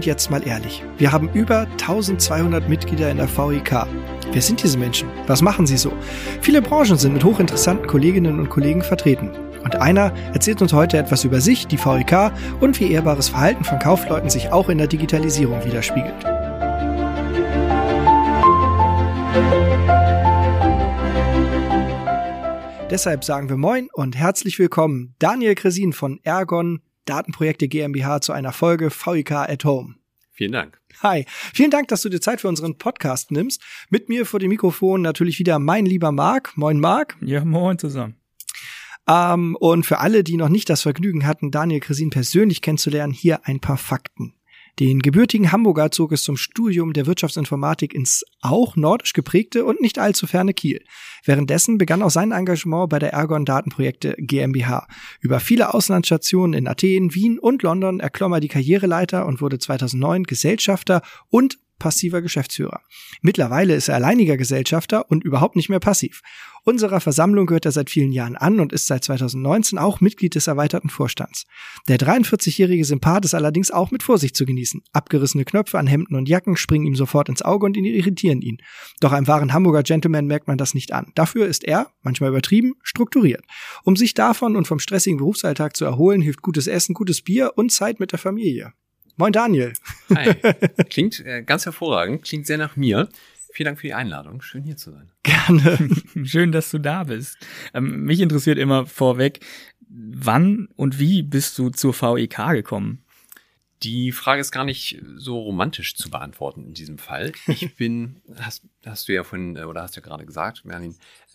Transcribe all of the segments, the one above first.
Und jetzt mal ehrlich, wir haben über 1200 Mitglieder in der VIK. Wer sind diese Menschen? Was machen sie so? Viele Branchen sind mit hochinteressanten Kolleginnen und Kollegen vertreten. Und einer erzählt uns heute etwas über sich, die VIK und wie ehrbares Verhalten von Kaufleuten sich auch in der Digitalisierung widerspiegelt. Deshalb sagen wir Moin und herzlich willkommen, Daniel Kresin von Ergon Datenprojekte GmbH zu einer Folge VIK at Home. Vielen Dank. Hi, vielen Dank, dass du dir Zeit für unseren Podcast nimmst. Mit mir vor dem Mikrofon natürlich wieder mein lieber Marc. Moin Marc. Ja, moin zusammen. Und für alle, die noch nicht das Vergnügen hatten, Daniel Kresin persönlich kennenzulernen, hier ein paar Fakten. Den gebürtigen Hamburger zog es zum Studium der Wirtschaftsinformatik ins auch nordisch geprägte und nicht allzu ferne Kiel. Währenddessen begann auch sein Engagement bei der Ergon Datenprojekte GmbH. Über viele Auslandsstationen in Athen, Wien und London erklomm er die Karriereleiter und wurde 2009 Gesellschafter und passiver Geschäftsführer. Mittlerweile ist er alleiniger Gesellschafter und überhaupt nicht mehr passiv. Unserer Versammlung gehört er seit vielen Jahren an und ist seit 2019 auch Mitglied des erweiterten Vorstands. Der 43-jährige Sympath ist allerdings auch mit Vorsicht zu genießen. Abgerissene Knöpfe an Hemden und Jacken springen ihm sofort ins Auge und irritieren ihn. Doch einem wahren Hamburger Gentleman merkt man das nicht an. Dafür ist er, manchmal übertrieben, strukturiert. Um sich davon und vom stressigen Berufsalltag zu erholen, hilft gutes Essen, gutes Bier und Zeit mit der Familie. Moin Daniel. Hi. Klingt ganz hervorragend, klingt sehr nach mir. Vielen Dank für die Einladung. Schön hier zu sein. Gerne. Schön, dass du da bist. Mich interessiert immer vorweg, wann und wie bist du zur VIK gekommen? Die Frage ist gar nicht so romantisch zu beantworten in diesem Fall. Ich bin, hast du ja gerade gesagt, Merlin,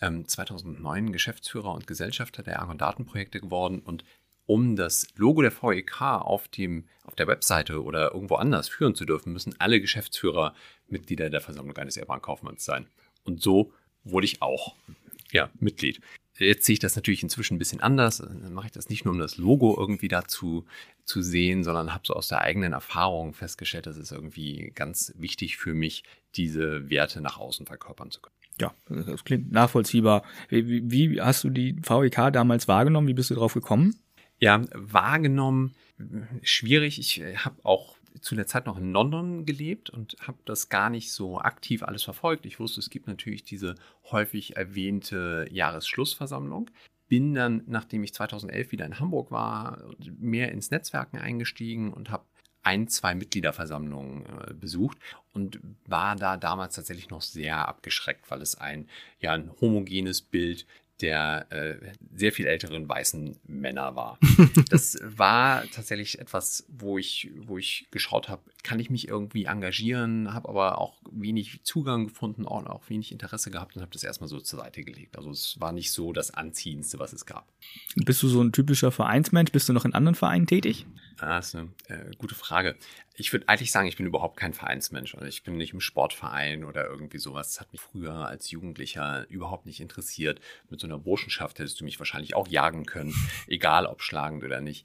2009 Geschäftsführer und Gesellschafter der Ergon Datenprojekte geworden und um das Logo der VIK auf der Webseite oder irgendwo anders führen zu dürfen, müssen alle Geschäftsführer Mitglieder der Versammlung eines ehrbaren Kaufmanns sein. Und so wurde ich auch Mitglied. Jetzt sehe ich das natürlich inzwischen ein bisschen anders. Dann mache ich das nicht nur, um das Logo irgendwie dazu zu sehen, sondern habe so aus der eigenen Erfahrung festgestellt, dass es irgendwie ganz wichtig für mich, diese Werte nach außen verkörpern zu können. Ja, das klingt nachvollziehbar. Wie hast du die VIK damals wahrgenommen? Wie bist du drauf gekommen? Ja, wahrgenommen, schwierig. Ich habe auch zu der Zeit noch in London gelebt und habe das gar nicht so aktiv alles verfolgt. Ich wusste, es gibt natürlich diese häufig erwähnte Jahresschlussversammlung. Bin dann, nachdem ich 2011 wieder in Hamburg war, mehr ins Netzwerken eingestiegen und habe 1-2 Mitgliederversammlungen besucht und war da damals tatsächlich noch sehr abgeschreckt, weil es ein homogenes Bild der sehr viel älteren weißen Männer war. Das war tatsächlich etwas, wo ich geschaut habe, kann ich mich irgendwie engagieren, habe aber auch wenig Zugang gefunden und auch wenig Interesse gehabt und habe das erstmal so zur Seite gelegt. Also es war nicht so das Anziehendste, was es gab. Bist du so ein typischer Vereinsmensch? Bist du noch in anderen Vereinen tätig? Das ist eine gute Frage. Ich würde eigentlich sagen, ich bin überhaupt kein Vereinsmensch. Also ich bin nicht im Sportverein oder irgendwie sowas. Das hat mich früher als Jugendlicher überhaupt nicht interessiert. Mit so einer Burschenschaft hättest du mich wahrscheinlich auch jagen können, egal ob schlagend oder nicht.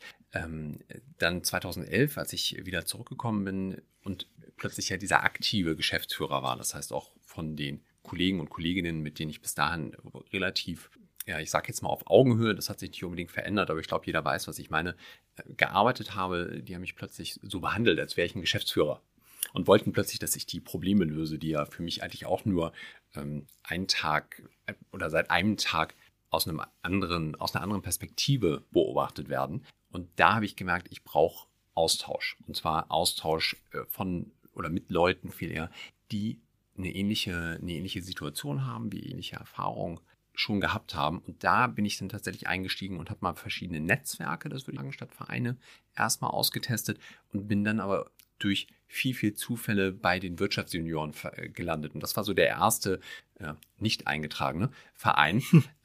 Dann 2011, als ich wieder zurückgekommen bin und plötzlich ja dieser aktive Geschäftsführer war, das heißt auch von den Kollegen und Kolleginnen, mit denen ich bis dahin relativ, ich sage jetzt mal auf Augenhöhe, das hat sich nicht unbedingt verändert, aber ich glaube, jeder weiß, was ich meine, gearbeitet habe, die haben mich plötzlich so behandelt, als wäre ich ein Geschäftsführer und wollten plötzlich, dass ich die Probleme löse, die ja für mich eigentlich auch nur einen Tag oder seit einem Tag aus einer anderen Perspektive beobachtet werden. Und da habe ich gemerkt, ich brauche Austausch. Und zwar Austausch von oder mit Leuten viel eher, die eine ähnliche Situation haben, die ähnliche Erfahrungen schon gehabt haben. Und da bin ich dann tatsächlich eingestiegen und habe mal verschiedene Netzwerke, das würde ich sagen, statt Vereine, erstmal ausgetestet und bin dann aber durch viel Zufälle bei den Wirtschaftsjunioren gelandet. Und das war so der erste nicht eingetragene Verein,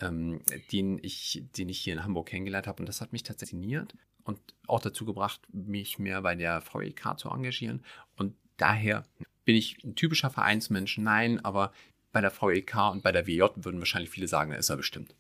den ich hier in Hamburg kennengelernt habe. Und das hat mich tatsächlich fasziniert und auch dazu gebracht, mich mehr bei der VIK zu engagieren. Und daher bin ich ein typischer Vereinsmensch, nein, aber bei der VIK und bei der WJ würden wahrscheinlich viele sagen, da ist er bestimmt.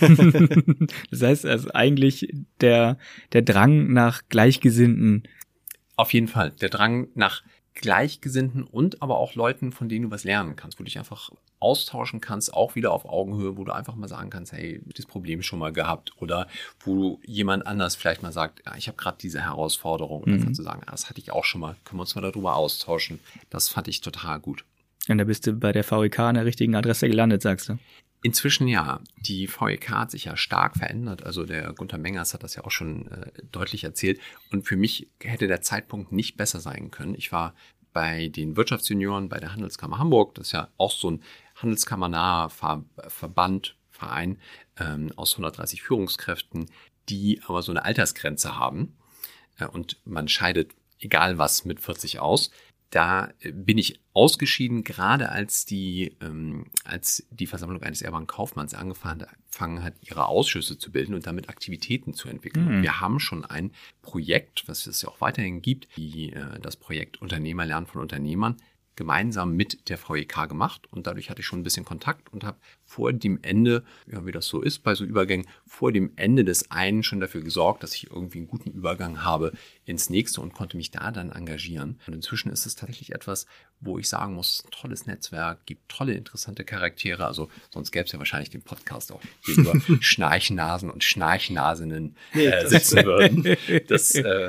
Das heißt also eigentlich der Drang nach Gleichgesinnten. Auf jeden Fall. Der Drang nach Gleichgesinnten und aber auch Leuten, von denen du was lernen kannst, wo du dich einfach austauschen kannst, auch wieder auf Augenhöhe, wo du einfach mal sagen kannst, hey, das Problem schon mal gehabt, oder wo jemand anders vielleicht mal sagt, ja, ich habe gerade diese Herausforderung, und dann kannst du sagen, das hatte ich auch schon mal, können wir uns mal darüber austauschen. Das fand ich total gut. Und da bist du bei der VEK an der richtigen Adresse gelandet, sagst du? Inzwischen ja. Die VEK hat sich ja stark verändert. Also der Gunther Mengers hat das ja auch schon deutlich erzählt. Und für mich hätte der Zeitpunkt nicht besser sein können. Ich war bei den Wirtschaftsjunioren bei der Handelskammer Hamburg. Das ist ja auch so ein handelskammernaher Verband, Verein aus 130 Führungskräften, die aber so eine Altersgrenze haben. Und man scheidet egal was mit 40 aus. Da bin ich ausgeschieden, gerade als die Versammlung eines ehrbaren Kaufmanns angefangen hat, ihre Ausschüsse zu bilden und damit Aktivitäten zu entwickeln. Wir haben schon ein Projekt, was es ja auch weiterhin gibt, das Projekt Unternehmer lernen von Unternehmern, gemeinsam mit der VEK gemacht, und dadurch hatte ich schon ein bisschen Kontakt und habe vor dem Ende, ja, wie das so ist bei so Übergängen, vor dem Ende des einen schon dafür gesorgt, dass ich irgendwie einen guten Übergang habe ins nächste und konnte mich da dann engagieren. Und inzwischen ist es tatsächlich etwas, wo ich sagen muss, ein tolles Netzwerk, gibt tolle, interessante Charaktere, also sonst gäbe es ja wahrscheinlich den Podcast auch, hier nur Schnarchnasen und Schnarchnasinnen sitzen würden. Das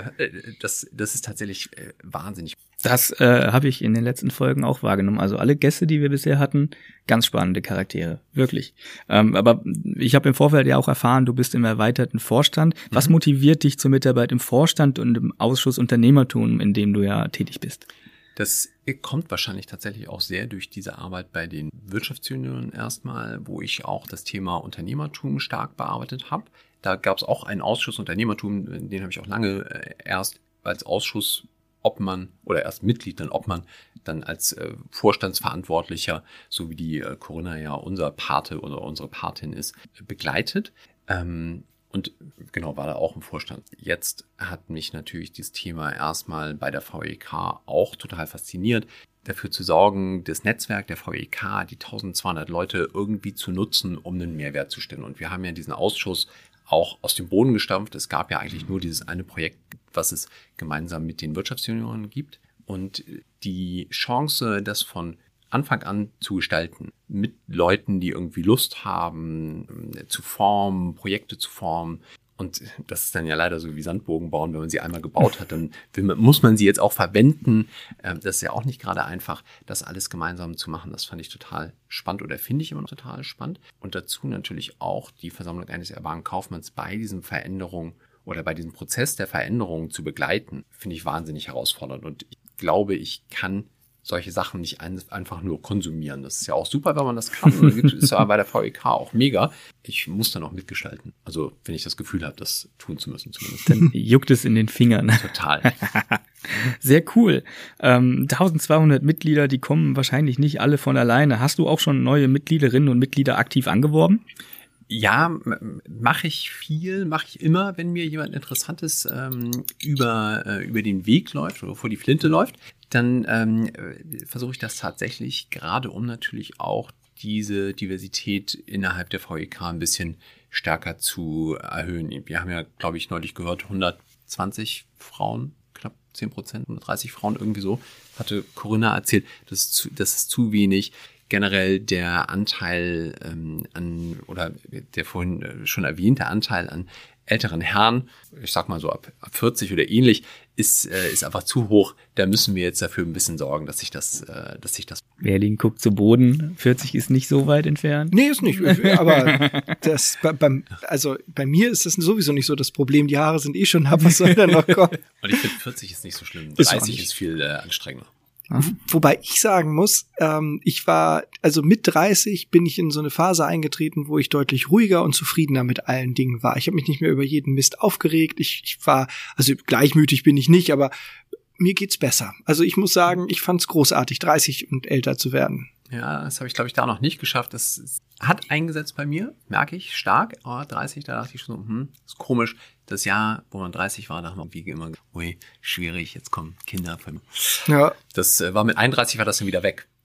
ist tatsächlich wahnsinnig. Das habe ich in den letzten Folgen auch wahrgenommen. Also alle Gäste, die wir bisher hatten, ganz spannende Charaktere, wirklich. Aber ich habe im Vorfeld ja auch erfahren, du bist im erweiterten Vorstand. Was motiviert dich zur Mitarbeit im Vorstand und im Ausschuss Unternehmertum, in dem du ja tätig bist? Das kommt wahrscheinlich tatsächlich auch sehr durch diese Arbeit bei den Wirtschaftsjunioren erstmal, wo ich auch das Thema Unternehmertum stark bearbeitet habe. Da gab es auch einen Ausschuss Unternehmertum, den habe ich auch lange erst als Ausschuss-Obmann oder erst Mitglied, dann Obmann, dann als Vorstandsverantwortlicher, so wie die Corinna ja unser Pate oder unsere Patin ist, begleitet. Und genau, war da auch im Vorstand. Jetzt hat mich natürlich dieses Thema erstmal bei der VEK auch total fasziniert, dafür zu sorgen, das Netzwerk der VEK, die 1200 Leute irgendwie zu nutzen, um einen Mehrwert zu stellen. Und wir haben ja diesen Ausschuss auch aus dem Boden gestampft. Es gab ja eigentlich nur dieses eine Projekt, was es gemeinsam mit den Wirtschaftsjunioren gibt. Und die Chance, das von Anfang an zu gestalten, mit Leuten, die irgendwie Lust haben, zu formen, Projekte zu formen. Und das ist dann ja leider so wie Sandbogen bauen, wenn man sie einmal gebaut hat, dann muss man sie jetzt auch verwenden. Das ist ja auch nicht gerade einfach, das alles gemeinsam zu machen. Das fand ich total spannend oder finde ich immer noch total spannend. Und dazu natürlich auch die Versammlung eines ehrbaren Kaufmanns bei diesen Veränderungen oder bei diesem Prozess der Veränderung zu begleiten, finde ich wahnsinnig herausfordernd. Und ich glaube, ich kann solche Sachen nicht einfach nur konsumieren. Das ist ja auch super, wenn man das kann. Das ist ja bei der VEK auch mega. Ich muss dann auch mitgestalten. Also, wenn ich das Gefühl habe, das tun zu müssen zumindest. Dann juckt es in den Fingern. Total. Sehr cool. 1200 Mitglieder, die kommen wahrscheinlich nicht alle von alleine. Hast du auch schon neue Mitgliederinnen und Mitglieder aktiv angeworben? Ja, mache ich immer, wenn mir jemand Interessantes über den Weg läuft oder vor die Flinte läuft, dann versuche ich das tatsächlich, gerade um natürlich auch diese Diversität innerhalb der VEK ein bisschen stärker zu erhöhen. Wir haben ja, glaube ich, neulich gehört, 120 Frauen, knapp 10%, 130 Frauen irgendwie so, hatte Corinna erzählt, das ist zu wenig. Generell der Anteil der vorhin schon erwähnte Anteil an älteren Herren, ich sag mal so ab 40 oder ähnlich, ist einfach zu hoch. Da müssen wir jetzt dafür ein bisschen sorgen, dass sich das. Berlin guckt zu Boden. 40 ist nicht so weit entfernt. Nee, ist nicht. Aber bei mir ist das sowieso nicht so das Problem. Die Haare sind schon ab, was soll da noch kommen? Und ich finde 40 ist nicht so schlimm. 30 ist viel anstrengender. Wobei ich sagen muss, mit 30 bin ich in so eine Phase eingetreten, wo ich deutlich ruhiger und zufriedener mit allen Dingen war. Ich habe mich nicht mehr über jeden Mist aufgeregt. Ich war, also gleichmütig bin ich nicht, aber mir geht's besser. Also ich muss sagen, ich fand's großartig, 30 und älter zu werden. Ja, das habe ich, glaube ich, da noch nicht geschafft. Das hat eingesetzt bei mir, merke ich, stark. Aber 30, da dachte ich schon so, ist komisch. Das Jahr, wo man 30 war, da haben wir immer, ui, schwierig, jetzt kommen Kinder. Ja. Das war mit 31 war das dann wieder weg.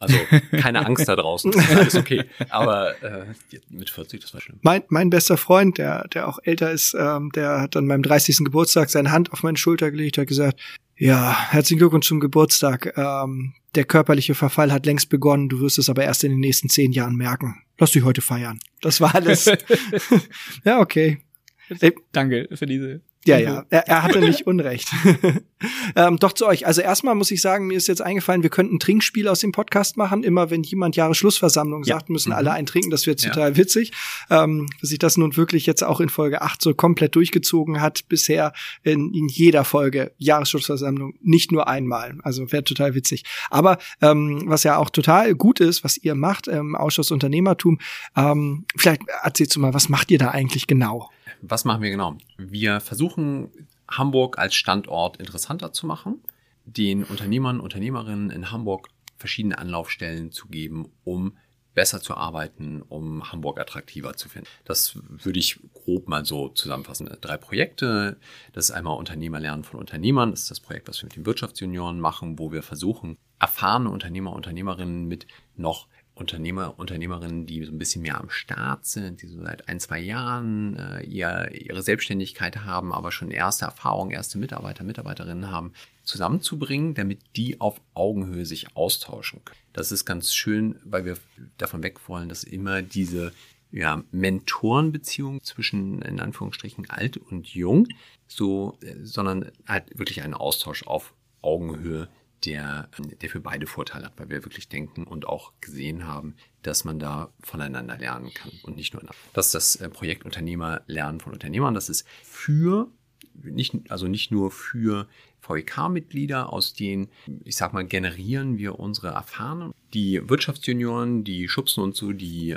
Also keine Angst da draußen, das ist alles okay. Aber mit 40, das war schlimm. Mein bester Freund, der auch älter ist, der hat an meinem 30. Geburtstag seine Hand auf meine Schulter gelegt, hat gesagt, ja, herzlichen Glückwunsch zum Geburtstag. Der körperliche Verfall hat längst begonnen, du wirst es aber erst in den nächsten 10 Jahren merken. Lass dich heute feiern. Das war alles. Ja, okay. Danke für diese... Ja, er hatte nicht Unrecht. Doch zu euch. Also erstmal muss ich sagen, mir ist jetzt eingefallen, wir könnten ein Trinkspiel aus dem Podcast machen. Immer wenn jemand Jahresschlussversammlung sagt, müssen alle eintrinken. Das wird total witzig. Dass sich das nun wirklich jetzt auch in Folge 8 so komplett durchgezogen hat. Bisher in jeder Folge Jahresschlussversammlung. Nicht nur einmal. Also wäre total witzig. Aber was ja auch total gut ist, was ihr macht im Ausschuss Unternehmertum, vielleicht erzählst du mal, was macht ihr da eigentlich genau? Was machen wir genau? Wir versuchen, Hamburg als Standort interessanter zu machen, den Unternehmern, Unternehmerinnen in Hamburg verschiedene Anlaufstellen zu geben, um besser zu arbeiten, um Hamburg attraktiver zu finden. Das würde ich grob mal so zusammenfassen. 3 Projekte. Das ist einmal Unternehmer lernen von Unternehmern. Das ist das Projekt, was wir mit den Wirtschaftsjunioren machen, wo wir versuchen, erfahrene Unternehmer, Unternehmerinnen mit noch Unternehmer, Unternehmerinnen, die so ein bisschen mehr am Start sind, die so seit 1-2 Jahren ihre Selbstständigkeit haben, aber schon erste Erfahrungen, erste Mitarbeiter, Mitarbeiterinnen haben, zusammenzubringen, damit die auf Augenhöhe sich austauschen können. Das ist ganz schön, weil wir davon weg wollen, dass immer diese Mentorenbeziehung zwischen, in Anführungsstrichen, alt und jung, sondern halt wirklich einen Austausch auf Augenhöhe, der für beide Vorteile hat, weil wir wirklich denken und auch gesehen haben, dass man da voneinander lernen kann und nicht nur. Das ist das Projekt Unternehmer lernen von Unternehmern. Das ist nicht nur für VEK-Mitglieder, aus denen, ich sag mal, generieren wir unsere Erfahrenen. Die Wirtschaftsjunioren, die schubsen uns so die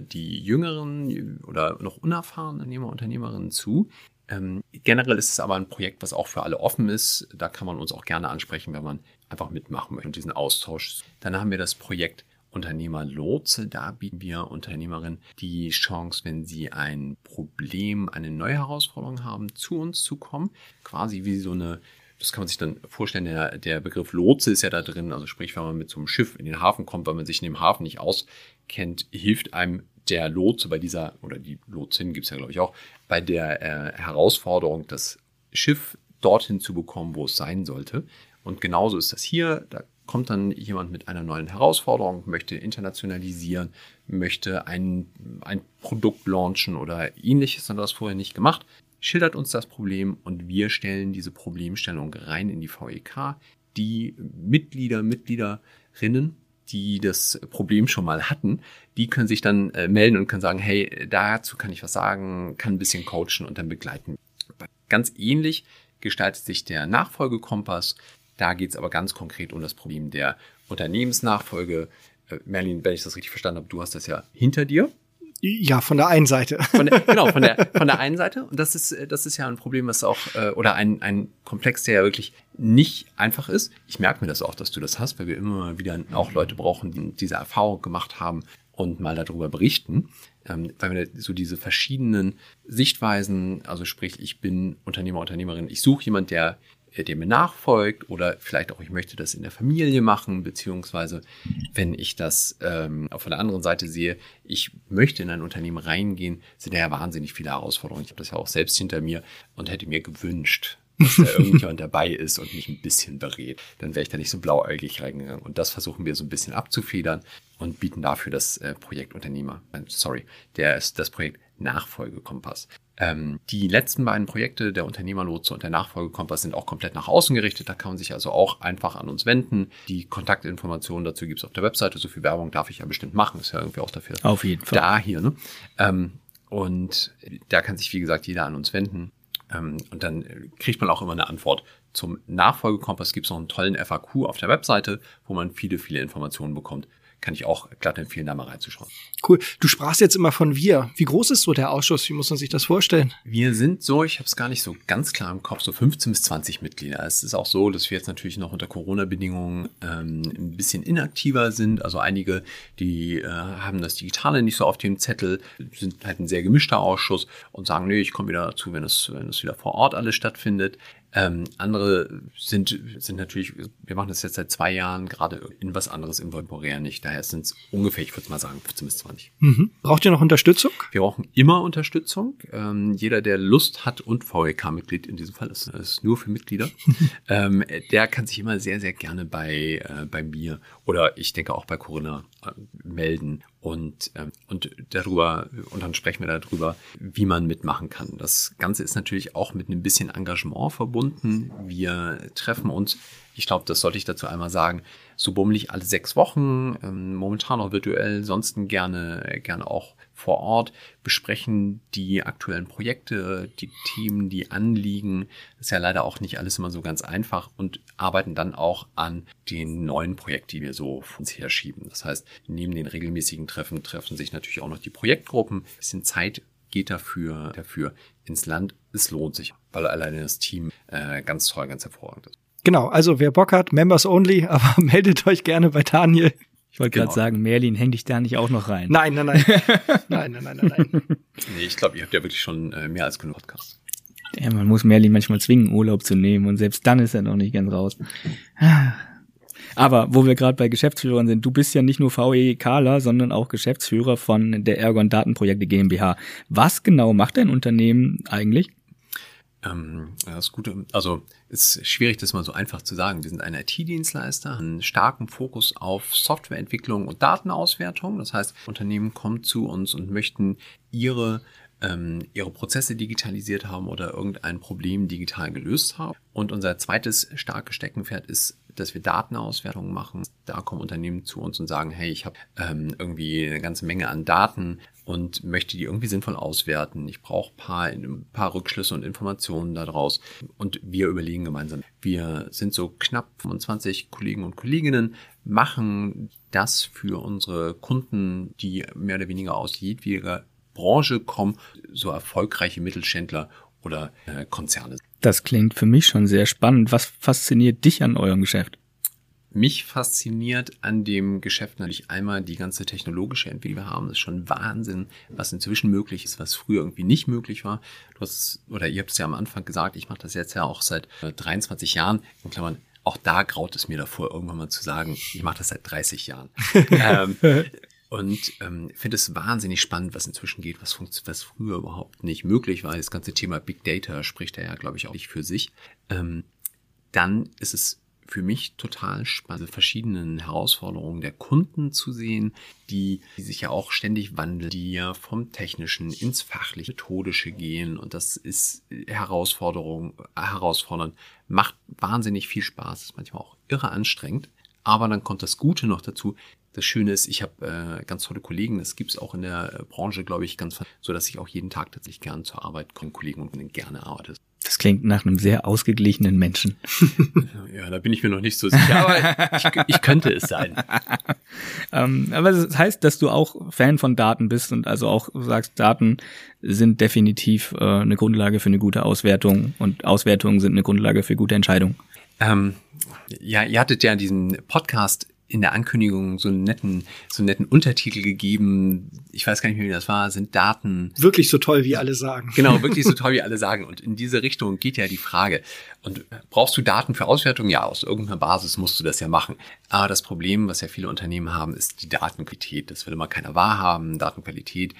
jüngeren oder noch unerfahrenen Unternehmer, Unternehmerinnen zu. Generell ist es aber ein Projekt, was auch für alle offen ist. Da kann man uns auch gerne ansprechen, wenn man einfach mitmachen möchte und diesen Austausch. Dann haben wir das Projekt Unternehmerlotse. Da bieten wir Unternehmerinnen die Chance, wenn sie ein Problem, eine neue Herausforderung haben, zu uns zu kommen. Quasi wie so eine, das kann man sich dann vorstellen, der Begriff Lotse ist ja da drin. Also sprich, wenn man mit so einem Schiff in den Hafen kommt, weil man sich in dem Hafen nicht auskennt, hilft einem der Lotse bei dieser, oder die Lotsin gibt es ja glaube ich auch, bei der Herausforderung, das Schiff dorthin zu bekommen, wo es sein sollte. Und genauso ist das hier. Da kommt dann jemand mit einer neuen Herausforderung, möchte internationalisieren, möchte ein Produkt launchen oder ähnliches, und das vorher nicht gemacht, schildert uns das Problem und wir stellen diese Problemstellung rein in die VEK. Die Mitgliederinnen, die das Problem schon mal hatten, die können sich dann melden und können sagen, hey, dazu kann ich was sagen, kann ein bisschen coachen und dann begleiten. Ganz ähnlich gestaltet sich der Nachfolgekompass. Da geht es aber ganz konkret um das Problem der Unternehmensnachfolge. Merlin, wenn ich das richtig verstanden habe, du hast das ja hinter dir. Ja, von der einen Seite. Von der einen Seite. Und das ist ja ein Problem, was auch, oder ein Komplex, der ja wirklich nicht einfach ist. Ich merke mir das auch, dass du das hast, weil wir immer wieder auch Leute brauchen, die diese Erfahrung gemacht haben und mal darüber berichten. Weil wir so diese verschiedenen Sichtweisen, also sprich, ich bin Unternehmer, Unternehmerin, ich suche jemanden, der mir nachfolgt, oder vielleicht auch, ich möchte das in der Familie machen, beziehungsweise wenn ich das auf der anderen Seite sehe, ich möchte in ein Unternehmen reingehen, sind ja wahnsinnig viele Herausforderungen. Ich habe das ja auch selbst hinter mir und hätte mir gewünscht, dass da irgendjemand dabei ist und mich ein bisschen berät. Dann wäre ich da nicht so blauäugig reingegangen. Und das versuchen wir so ein bisschen abzufedern und bieten dafür das Projekt das Projekt Nachfolgekompass. Die letzten beiden Projekte, der Unternehmerlotse und der Nachfolgekompass, sind auch komplett nach außen gerichtet. Da kann man sich also auch einfach an uns wenden. Die Kontaktinformationen dazu gibt es auf der Webseite. So viel Werbung darf ich ja bestimmt machen. Ist ja irgendwie auch dafür auf jeden Fall da hier. Ne? Und da kann sich, wie gesagt, jeder an uns wenden. Und dann kriegt man auch immer eine Antwort. Zum Nachfolgekompass gibt es noch einen tollen FAQ auf der Webseite, wo man viele, viele Informationen bekommt. Kann ich auch glatt empfehlen, da mal reinzuschauen. Cool. Du sprachst jetzt immer von wir. Wie groß ist so der Ausschuss? Wie muss man sich das vorstellen? Wir sind so, ich habe es gar nicht so ganz klar im Kopf, so 15 bis 20 Mitglieder. Es ist auch so, dass wir jetzt natürlich noch unter Corona-Bedingungen ein bisschen inaktiver sind. Also einige, die haben das Digitale nicht so auf dem Zettel, sind halt ein sehr gemischter Ausschuss und sagen, nee, ich komme wieder dazu, wenn es wieder vor Ort alles stattfindet. Andere sind natürlich, wir machen das jetzt seit 2 Jahren, gerade in was anderes temporär nicht. Daher sind es ungefähr, ich würde mal sagen, 15 bis 20. Braucht ihr noch Unterstützung? Wir brauchen immer Unterstützung. Jeder, der Lust hat und VEK-Mitglied in diesem Fall ist nur für Mitglieder, der kann sich immer sehr, sehr gerne bei mir oder ich denke auch bei Corinna melden und dann sprechen wir darüber, wie man mitmachen kann. Das Ganze ist natürlich auch mit einem bisschen Engagement verbunden. Wir treffen uns, ich glaube, das sollte ich dazu einmal sagen, so bummelig alle 6 Wochen, momentan auch virtuell, sonst gerne auch vor Ort, besprechen die aktuellen Projekte, die Themen, die Anliegen. Das ist ja leider auch nicht alles immer so ganz einfach und arbeiten dann auch an den neuen Projekten, die wir so vor uns herschieben. Das heißt, neben den regelmäßigen treffen sich natürlich auch noch die Projektgruppen. Ein bisschen Zeit geht dafür ins Land. Es lohnt sich, weil alleine das Team ganz toll, ganz hervorragend ist. Genau, also wer Bock hat, Members only, aber meldet euch gerne bei Daniel. Ich wollte gerade sagen, Merlin, häng dich da nicht auch noch rein. Nein. Nein. Nee, ich glaube, ihr habt ja wirklich schon mehr als genug Podcasts. Ja, man muss Merlin manchmal zwingen, Urlaub zu nehmen und selbst dann ist er noch nicht ganz raus. Aber wo wir gerade bei Geschäftsführern sind, du bist ja nicht nur VEKler, sondern auch Geschäftsführer von der Ergon Datenprojekte GmbH. Was genau macht dein Unternehmen eigentlich? Das Gute, also ist schwierig, das mal so einfach zu sagen. Wir sind ein IT-Dienstleister, einen starken Fokus auf Softwareentwicklung und Datenauswertung. Das heißt, Unternehmen kommen zu uns und möchten ihre Prozesse digitalisiert haben oder irgendein Problem digital gelöst haben. Und unser zweites starkes Steckenpferd ist, dass wir Datenauswertungen machen. Da kommen Unternehmen zu uns und sagen, hey, ich habe irgendwie eine ganze Menge an Daten und möchte die irgendwie sinnvoll auswerten. Ich brauche ein paar Rückschlüsse und Informationen daraus. Und wir überlegen gemeinsam. Wir sind so knapp 25 Kollegen und Kolleginnen, machen das für unsere Kunden, die mehr oder weniger aus jedweder Branche kommen, so erfolgreiche Mittelständler oder Konzerne. Das klingt für mich schon sehr spannend. Was fasziniert dich an eurem Geschäft? Mich fasziniert an dem Geschäft natürlich einmal die ganze technologische Entwicklung, die wir haben. Das ist schon Wahnsinn, was inzwischen möglich ist, was früher irgendwie nicht möglich war. Ihr habt es ja am Anfang gesagt, ich mache das jetzt ja auch seit 23 Jahren. In Klammern, auch da graut es mir davor, irgendwann mal zu sagen, ich mache das seit 30 Jahren. Und finde es wahnsinnig spannend, was inzwischen geht, was früher überhaupt nicht möglich war. Das ganze Thema Big Data spricht da ja, glaube ich, auch nicht für sich. Dann ist es für mich total spannend, verschiedenen Herausforderungen der Kunden zu sehen, die sich ja auch ständig wandeln, die ja vom Technischen ins Fachliche, Methodische gehen. Und das ist herausfordernd, macht wahnsinnig viel Spaß, ist manchmal auch irre anstrengend. Aber dann kommt das Gute noch dazu. Das Schöne ist, ich habe ganz tolle Kollegen, das gibt es auch in der Branche, glaube ich, so dass ich auch jeden Tag tatsächlich gern zur Arbeit komme, Kollegen und gerne arbeite. Das klingt nach einem sehr ausgeglichenen Menschen. Ja, da bin ich mir noch nicht so sicher, aber ich könnte es sein. Aber das heißt, dass du auch Fan von Daten bist und also auch sagst, Daten sind definitiv eine Grundlage für eine gute Auswertung und Auswertungen sind eine Grundlage für gute Entscheidungen. Ja, ihr hattet ja diesen Podcast in der Ankündigung so einen netten Untertitel gegeben. Ich weiß gar nicht mehr, wie das war. Sind Daten wirklich so toll, wie alle sagen? Genau, wirklich so toll, wie alle sagen. Und in diese Richtung geht ja die Frage. Und brauchst du Daten für Auswertung? Ja, aus irgendeiner Basis musst du das ja machen. Aber das Problem, was ja viele Unternehmen haben, ist die Datenqualität. Das will immer keiner wahrhaben. Datenqualität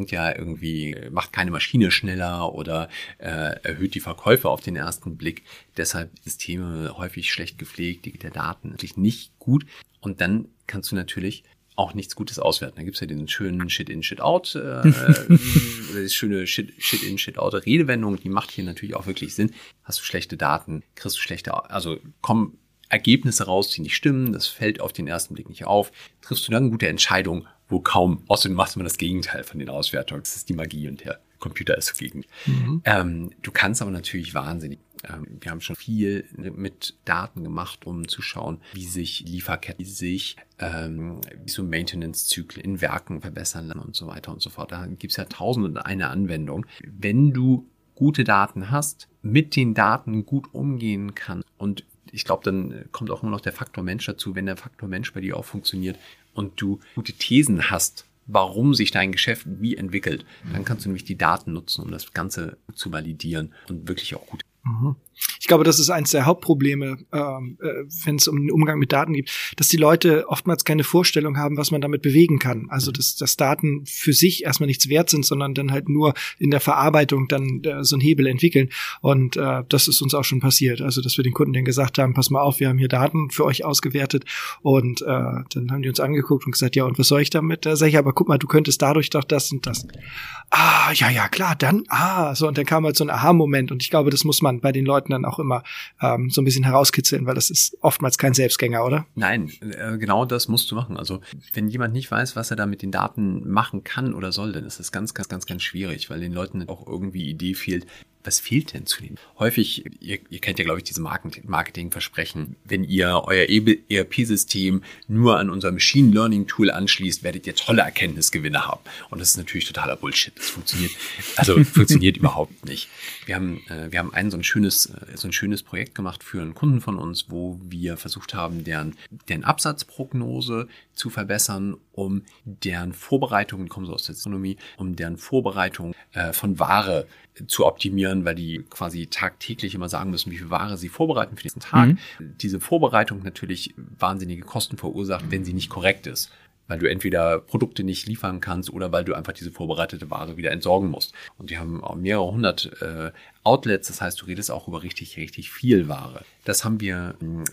macht keine Maschine schneller oder erhöht die Verkäufe auf den ersten Blick. Deshalb Systeme häufig schlecht gepflegt, die der Daten natürlich nicht gut. Und dann kannst du natürlich auch nichts Gutes auswerten. Da gibt's ja diesen schönen Shit-in, Shit-out, die schöne Shit-in, Shit-out-Redewendung, die macht hier natürlich auch wirklich Sinn. Hast du schlechte Daten, kriegst du kommen Ergebnisse raus, die nicht stimmen, das fällt auf den ersten Blick nicht auf. Triffst du dann eine gute Entscheidung, wo kaum, außerdem machst du immer das Gegenteil von den Auswertungen. Das ist die Magie und der Computer ist dagegen. Du kannst aber natürlich wahnsinnig. Wir haben schon viel mit Daten gemacht, um zu schauen, wie sich Lieferketten, wie so Maintenance-Zyklen in Werken verbessern und so weiter und so fort. Da gibt's ja 1001 Anwendung. Wenn du gute Daten hast, mit den Daten gut umgehen kannst und ich glaube, dann kommt auch immer noch der Faktor Mensch dazu, wenn der Faktor Mensch bei dir auch funktioniert und du gute Thesen hast, warum sich dein Geschäft wie entwickelt, dann kannst du nämlich die Daten nutzen, um das Ganze zu validieren und wirklich auch gut. Ich glaube, das ist eines der Hauptprobleme, wenn es um den Umgang mit Daten geht, dass die Leute oftmals keine Vorstellung haben, was man damit bewegen kann. Also, dass Daten für sich erstmal nichts wert sind, sondern dann halt nur in der Verarbeitung dann so einen Hebel entwickeln. Und das ist uns auch schon passiert. Also, dass wir den Kunden dann gesagt haben, pass mal auf, wir haben hier Daten für euch ausgewertet. Und dann haben die uns angeguckt und gesagt, ja, und was soll ich damit? Da sag ich, aber guck mal, du könntest dadurch doch das und das. Ja, klar, dann, so, und dann kam halt so ein Aha-Moment. Und ich glaube, das muss man bei den Leuten dann auch immer so ein bisschen herauskitzeln, weil das ist oftmals kein Selbstgänger, oder? Nein, genau das musst du machen. Also wenn jemand nicht weiß, was er da mit den Daten machen kann oder soll, dann ist das ganz schwierig, weil den Leuten auch irgendwie Idee fehlt. Was fehlt denn zu denen? Häufig, ihr kennt ja, glaube ich, diese Marketingversprechen. Wenn ihr euer ERP-System nur an unser Machine Learning Tool anschließt, werdet ihr tolle Erkenntnisgewinne haben. Und das ist natürlich totaler Bullshit. Das funktioniert überhaupt nicht. Wir haben so ein schönes Projekt gemacht für einen Kunden von uns, wo wir versucht haben, deren Absatzprognose zu verbessern, um deren Vorbereitung, kommen so aus der Ökonomie, um deren Vorbereitung von Ware zu optimieren, weil die quasi tagtäglich immer sagen müssen, wie viel Ware sie vorbereiten für den nächsten Tag. Diese Vorbereitung natürlich wahnsinnige Kosten verursacht, wenn sie nicht korrekt ist, weil du entweder Produkte nicht liefern kannst oder weil du einfach diese vorbereitete Ware wieder entsorgen musst. Und die haben auch mehrere hundert Outlets, das heißt, du redest auch über richtig viel Ware. Das haben wir wir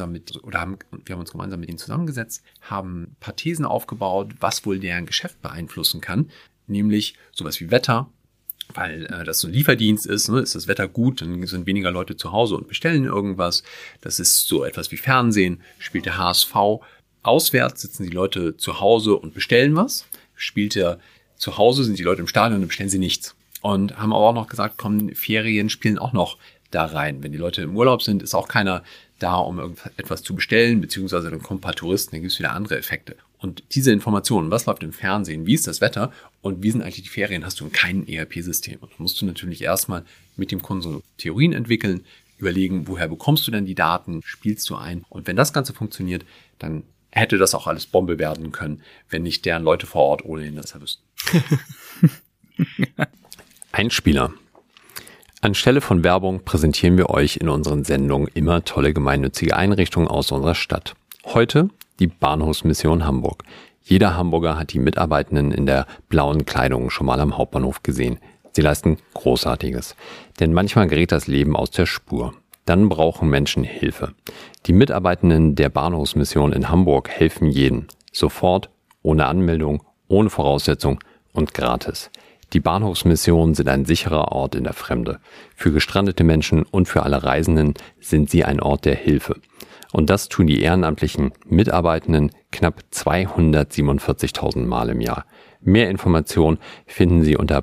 haben uns gemeinsam mit denen zusammengesetzt, haben ein paar Thesen aufgebaut, was wohl deren Geschäft beeinflussen kann, nämlich sowas wie Wetter, weil das so ein Lieferdienst ist, ne? Ist das Wetter gut, dann sind weniger Leute zu Hause und bestellen irgendwas. Das ist so etwas wie Fernsehen, spielt der HSV. Auswärts sitzen die Leute zu Hause und bestellen was. Spielt er zu Hause, sind die Leute im Stadion und bestellen sie nichts. Und haben aber auch noch gesagt, komm, Ferien spielen auch noch da rein. Wenn die Leute im Urlaub sind, ist auch keiner da, um irgendetwas zu bestellen, beziehungsweise dann kommen ein paar Touristen, dann gibt es wieder andere Effekte. Und diese Informationen, was läuft im Fernsehen, wie ist das Wetter und wie sind eigentlich die Ferien, hast du in keinem ERP-System. Und da musst du natürlich erstmal mit dem Kunden so Theorien entwickeln, überlegen, woher bekommst du denn die Daten, spielst du ein. Und wenn das Ganze funktioniert, dann hätte das auch alles Bombe werden können, wenn nicht deren Leute vor Ort ohnehin das wüssten. Einspieler. Anstelle von Werbung präsentieren wir euch in unseren Sendungen immer tolle gemeinnützige Einrichtungen aus unserer Stadt. Heute die Bahnhofsmission Hamburg. Jeder Hamburger hat die Mitarbeitenden in der blauen Kleidung schon mal am Hauptbahnhof gesehen. Sie leisten Großartiges. Denn manchmal gerät das Leben aus der Spur. Dann brauchen Menschen Hilfe. Die Mitarbeitenden der Bahnhofsmission in Hamburg helfen jedem. Sofort, ohne Anmeldung, ohne Voraussetzung und gratis. Die Bahnhofsmissionen sind ein sicherer Ort in der Fremde. Für gestrandete Menschen und für alle Reisenden sind sie ein Ort der Hilfe. Und das tun die ehrenamtlichen Mitarbeitenden knapp 247.000 Mal im Jahr. Mehr Informationen finden Sie unter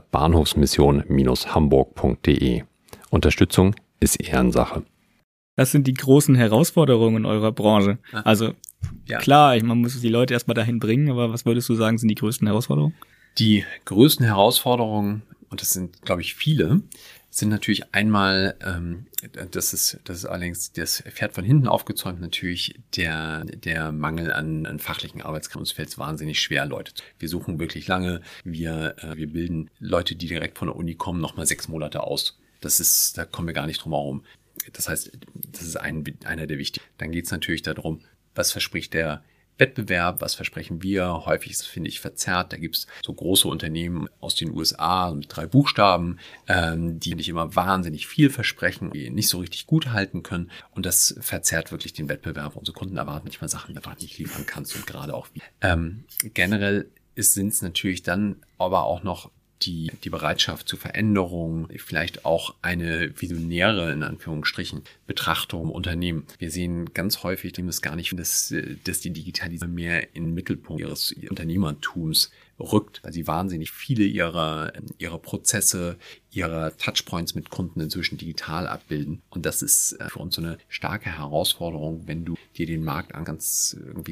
bahnhofsmission-hamburg.de. Unterstützung ist Ehrensache. Das sind die großen Herausforderungen in eurer Branche. Also klar, man muss die Leute erstmal dahin bringen, aber was würdest du sagen, sind die größten Herausforderungen? Die größten Herausforderungen, und das sind, glaube ich, viele, sind natürlich einmal, das ist allerdings das Pferd von hinten aufgezäumt, natürlich der Mangel an fachlichen Arbeitskräften. Uns fällt es wahnsinnig schwer, Leute zu. Wir suchen wirklich lange. Wir bilden Leute, die direkt von der Uni kommen, nochmal 6 Monate aus. Da kommen wir gar nicht drum herum. Das heißt, das ist einer der wichtigen. Dann geht es natürlich darum, was verspricht der Wettbewerb, was versprechen wir? Häufig ist, finde ich, verzerrt. Da gibt es so große Unternehmen aus den USA mit 3 Buchstaben, die nicht immer wahnsinnig viel versprechen, die nicht so richtig gut halten können. Und das verzerrt wirklich den Wettbewerb. Unsere Kunden erwarten manchmal Sachen, die du einfach nicht liefern kannst und gerade auch wie. Generell sind es natürlich dann aber auch noch die Bereitschaft zur Veränderung, vielleicht auch eine visionäre, in Anführungsstrichen, Betrachtung im Unternehmen. Wir sehen ganz häufig, dem es gar nicht, dass die Digitalisierung mehr in den Mittelpunkt ihres Unternehmertums rückt, weil sie wahnsinnig viele ihrer Prozesse, ihrer Touchpoints mit Kunden inzwischen digital abbilden. Und das ist für uns so eine starke Herausforderung, wenn du dir den Markt ganz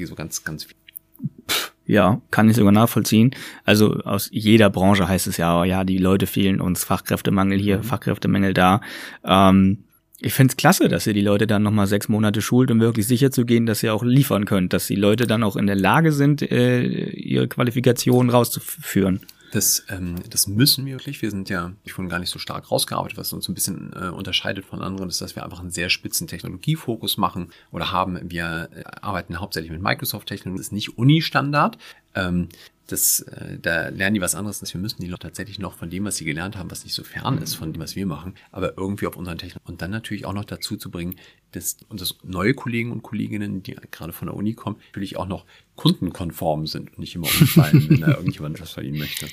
Ja, kann ich sogar nachvollziehen. Also aus jeder Branche heißt es ja, die Leute fehlen uns, Fachkräftemangel hier, Fachkräftemangel da. Ich find's klasse, dass ihr die Leute dann nochmal 6 Monate schult, um wirklich sicher zu gehen, dass ihr auch liefern könnt, dass die Leute dann auch in der Lage sind, ihre Qualifikationen rauszuführen. Das müssen wir wirklich. Wir sind ja schon gar nicht so stark rausgearbeitet, was uns ein bisschen unterscheidet von anderen, ist, dass wir einfach einen sehr spitzen Technologiefokus machen oder haben. Wir arbeiten hauptsächlich mit Microsoft-Technologie. Das ist nicht Uni-Standard. Da lernen die was anderes, dass wir müssen die Leute tatsächlich noch von dem, was sie gelernt haben, was nicht so fern ist von dem, was wir machen, aber irgendwie auf unseren Technologien und dann natürlich auch noch dazu zu bringen, dass neue Kollegen und Kolleginnen, die gerade von der Uni kommen, natürlich auch noch kundenkonform sind und nicht immer umfallen, wenn da irgendjemand was von ihnen möchte.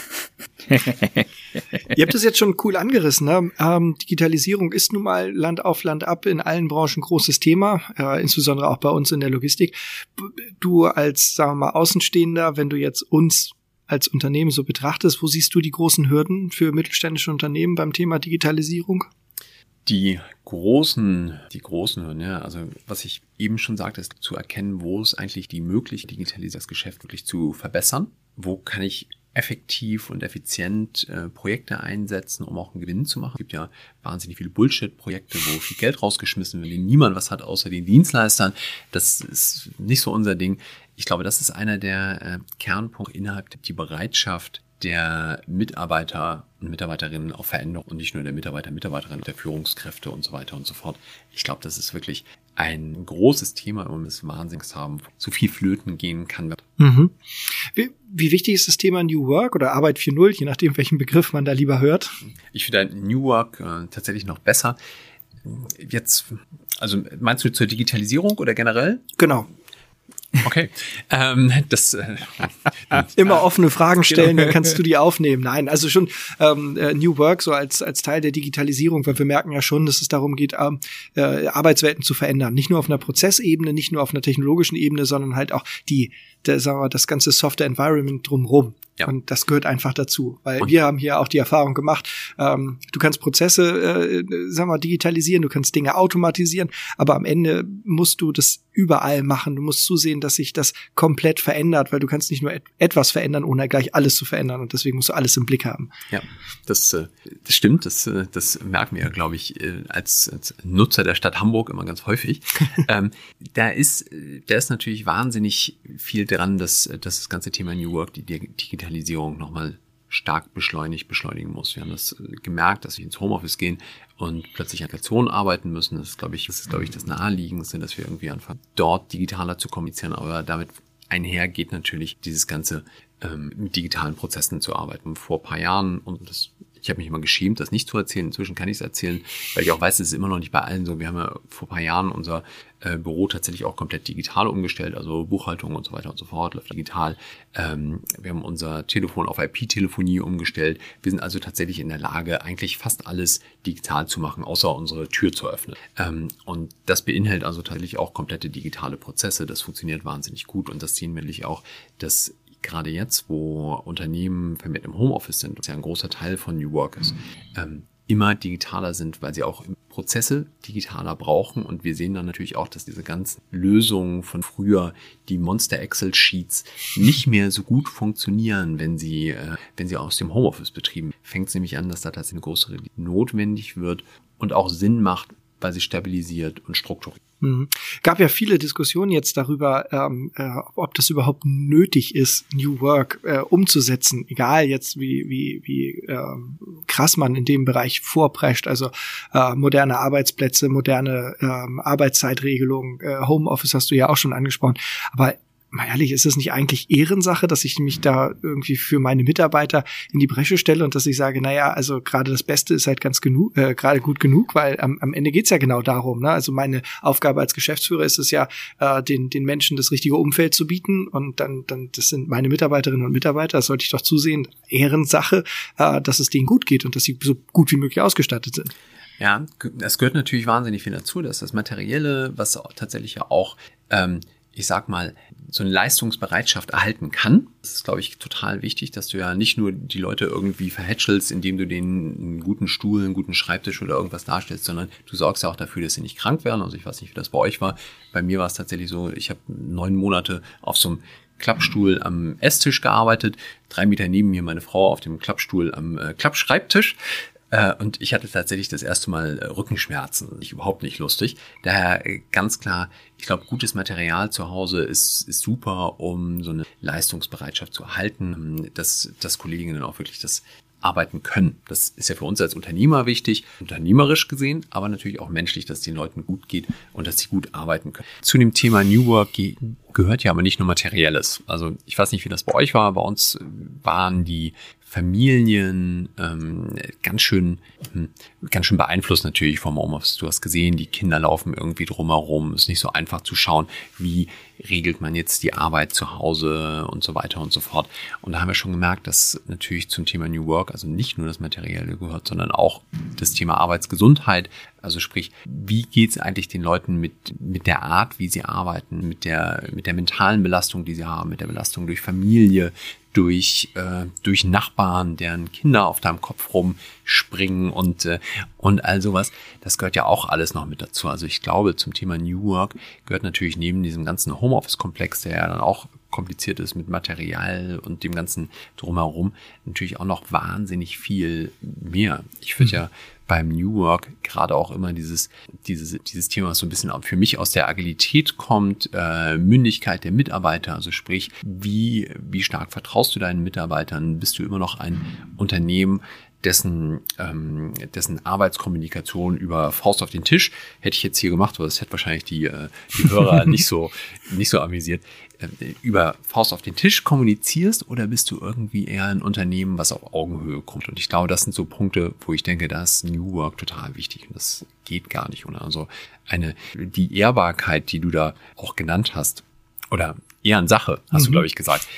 Ihr habt das jetzt schon cool angerissen, ne? Digitalisierung ist nun mal Land auf Land ab in allen Branchen großes Thema, insbesondere auch bei uns in der Logistik. Du als, sagen wir mal, Außenstehender, wenn du jetzt uns als Unternehmen so betrachtest, wo siehst du die großen Hürden für mittelständische Unternehmen beim Thema Digitalisierung? Die großen Hürden, ja, also was ich eben schon sagte, ist zu erkennen, wo es eigentlich die Möglichkeit, das Geschäft wirklich zu verbessern. Wo kann ich effektiv und effizient Projekte einsetzen, um auch einen Gewinn zu machen. Es gibt ja wahnsinnig viele Bullshit-Projekte, wo viel Geld rausgeschmissen wird, denen niemand was hat, außer den Dienstleistern. Das ist nicht so unser Ding. Ich glaube, das ist einer der Kernpunkte innerhalb die Bereitschaft der Mitarbeiter und Mitarbeiterinnen auf Veränderung und nicht nur der Mitarbeiterinnen, der Führungskräfte und so weiter und so fort. Ich glaube, das ist wirklich ein großes Thema, um es wahnsinnig zu haben, so viel flöten gehen kann. Mhm. Wie wichtig ist das Thema New Work oder Arbeit 4.0, je nachdem, welchen Begriff man da lieber hört? Ich finde New Work tatsächlich noch besser. Jetzt, also meinst du zur Digitalisierung oder generell? Genau. Okay. Immer offene Fragen stellen, dann kannst du die aufnehmen. Nein, also schon New Work so als Teil der Digitalisierung, weil wir merken ja schon, dass es darum geht, Arbeitswelten zu verändern. Nicht nur auf einer Prozessebene, nicht nur auf einer technologischen Ebene, sondern halt auch das ganze Software-Environment drumherum. Ja. Und das gehört einfach dazu, weil wir haben hier auch die Erfahrung gemacht, du kannst Prozesse, digitalisieren, du kannst Dinge automatisieren, aber am Ende musst du das überall machen. Du musst zusehen, dass sich das komplett verändert, weil du kannst nicht nur etwas verändern, ohne gleich alles zu verändern und deswegen musst du alles im Blick haben. Ja, das stimmt, das merken wir ja, glaube ich, als Nutzer der Stadt Hamburg immer ganz häufig. Da ist natürlich wahnsinnig viel dran, dass das ganze Thema New Work, die Digitalisierung nochmal stark beschleunigen muss. Wir haben das gemerkt, dass wir ins Homeoffice gehen und plötzlich an Applikationen arbeiten müssen. Das ist, glaube ich, das Naheliegendste, dass wir irgendwie anfangen, dort digitaler zu kommunizieren. Aber damit einher geht natürlich dieses ganze mit digitalen Prozessen zu arbeiten. Vor ein paar Jahren, ich habe mich immer geschämt, das nicht zu erzählen. Inzwischen kann ich es erzählen, weil ich auch weiß, es ist immer noch nicht bei allen so. Wir haben ja vor ein paar Jahren unser Büro tatsächlich auch komplett digital umgestellt, also Buchhaltung und so weiter und so fort läuft digital. Wir haben unser Telefon auf IP-Telefonie umgestellt. Wir sind also tatsächlich in der Lage, eigentlich fast alles digital zu machen, außer unsere Tür zu öffnen. Und das beinhaltet also tatsächlich auch komplette digitale Prozesse. Das funktioniert wahnsinnig gut und das sehen wir natürlich auch, dass gerade jetzt, wo Unternehmen vermehrt im Homeoffice sind, was ja ein großer Teil von New Work ist, immer digitaler sind, weil sie auch Prozesse digitaler brauchen. Und wir sehen dann natürlich auch, dass diese ganzen Lösungen von früher, die Monster-Excel-Sheets, nicht mehr so gut funktionieren, wenn sie aus dem Homeoffice betrieben. Fängt es nämlich an, dass da tatsächlich eine größere notwendig wird und auch Sinn macht, weil sie stabilisiert und strukturiert. Gab ja viele Diskussionen jetzt darüber, ob das überhaupt nötig ist, New Work umzusetzen, egal jetzt wie krass man in dem Bereich vorprescht, also moderne Arbeitsplätze, moderne Arbeitszeitregelungen, Homeoffice hast du ja auch schon angesprochen, aber mal ehrlich, ist es nicht eigentlich Ehrensache, dass ich mich da irgendwie für meine Mitarbeiter in die Bresche stelle und dass ich sage, naja, also gerade das Beste ist halt gerade gut genug, weil am Ende geht's ja genau darum, ne? Also meine Aufgabe als Geschäftsführer ist es ja, den Menschen das richtige Umfeld zu bieten und dann das sind meine Mitarbeiterinnen und Mitarbeiter, das sollte ich doch zusehen, Ehrensache, dass es denen gut geht und dass sie so gut wie möglich ausgestattet sind. Ja, es gehört natürlich wahnsinnig viel dazu, dass das Materielle, was tatsächlich ja auch ich sag mal, so eine Leistungsbereitschaft erhalten kann. Das ist, glaube ich, total wichtig, dass du ja nicht nur die Leute irgendwie verhätschelst, indem du denen einen guten Stuhl, einen guten Schreibtisch oder irgendwas darstellst, sondern du sorgst ja auch dafür, dass sie nicht krank werden. Also ich weiß nicht, wie das bei euch war. Bei mir war es tatsächlich so, ich habe 9 Monate auf so einem Klappstuhl am Esstisch gearbeitet, 3 Meter neben mir meine Frau auf dem Klappstuhl am Klappschreibtisch. Und ich hatte tatsächlich das erste Mal Rückenschmerzen. Überhaupt nicht lustig. Daher ganz klar, ich glaube, gutes Material zu Hause ist super, um so eine Leistungsbereitschaft zu erhalten, dass Kolleginnen auch wirklich das arbeiten können. Das ist ja für uns als Unternehmer wichtig, unternehmerisch gesehen, aber natürlich auch menschlich, dass es den Leuten gut geht und dass sie gut arbeiten können. Zu dem Thema New Work gehört ja aber nicht nur Materielles. Also ich weiß nicht, wie das bei euch war. Bei uns waren die Familien ganz schön beeinflusst natürlich vom Homeoffice. Du hast gesehen, die Kinder laufen irgendwie drumherum. Es ist nicht so einfach zu schauen, wie regelt man jetzt die Arbeit zu Hause und so weiter und so fort. Und da haben wir schon gemerkt, dass natürlich zum Thema New Work, also nicht nur das Materielle gehört, sondern auch das Thema Arbeitsgesundheit. Also sprich, wie geht es eigentlich den Leuten mit der Art, wie sie arbeiten, mit der mentalen Belastung, die sie haben, mit der Belastung durch Familie, durch Nachbarn, deren Kinder auf deinem Kopf rumspringen und all sowas. Das gehört ja auch alles noch mit dazu. Also ich glaube, zum Thema New Work gehört natürlich neben diesem ganzen Homeoffice-Komplex, der ja dann auch kompliziert ist mit Material und dem ganzen drumherum, natürlich auch noch wahnsinnig viel mehr. Ich finde ja beim New Work gerade auch immer dieses Thema, was so ein bisschen für mich aus der Agilität kommt, Mündigkeit der Mitarbeiter, also sprich, wie stark vertraust du deinen Mitarbeitern? Bist du immer noch ein Unternehmen, dessen Arbeitskommunikation über Faust auf den Tisch hätte ich jetzt hier gemacht, aber das hätte wahrscheinlich die Hörer nicht so amüsiert, über Faust auf den Tisch kommunizierst, oder bist du irgendwie eher ein Unternehmen, was auf Augenhöhe kommt? Und ich glaube, das sind so Punkte, wo ich denke, da ist New Work total wichtig und das geht gar nicht ohne. Also die Ehrbarkeit, die du da auch genannt hast, oder Ehrensache, hast du, glaube ich, gesagt.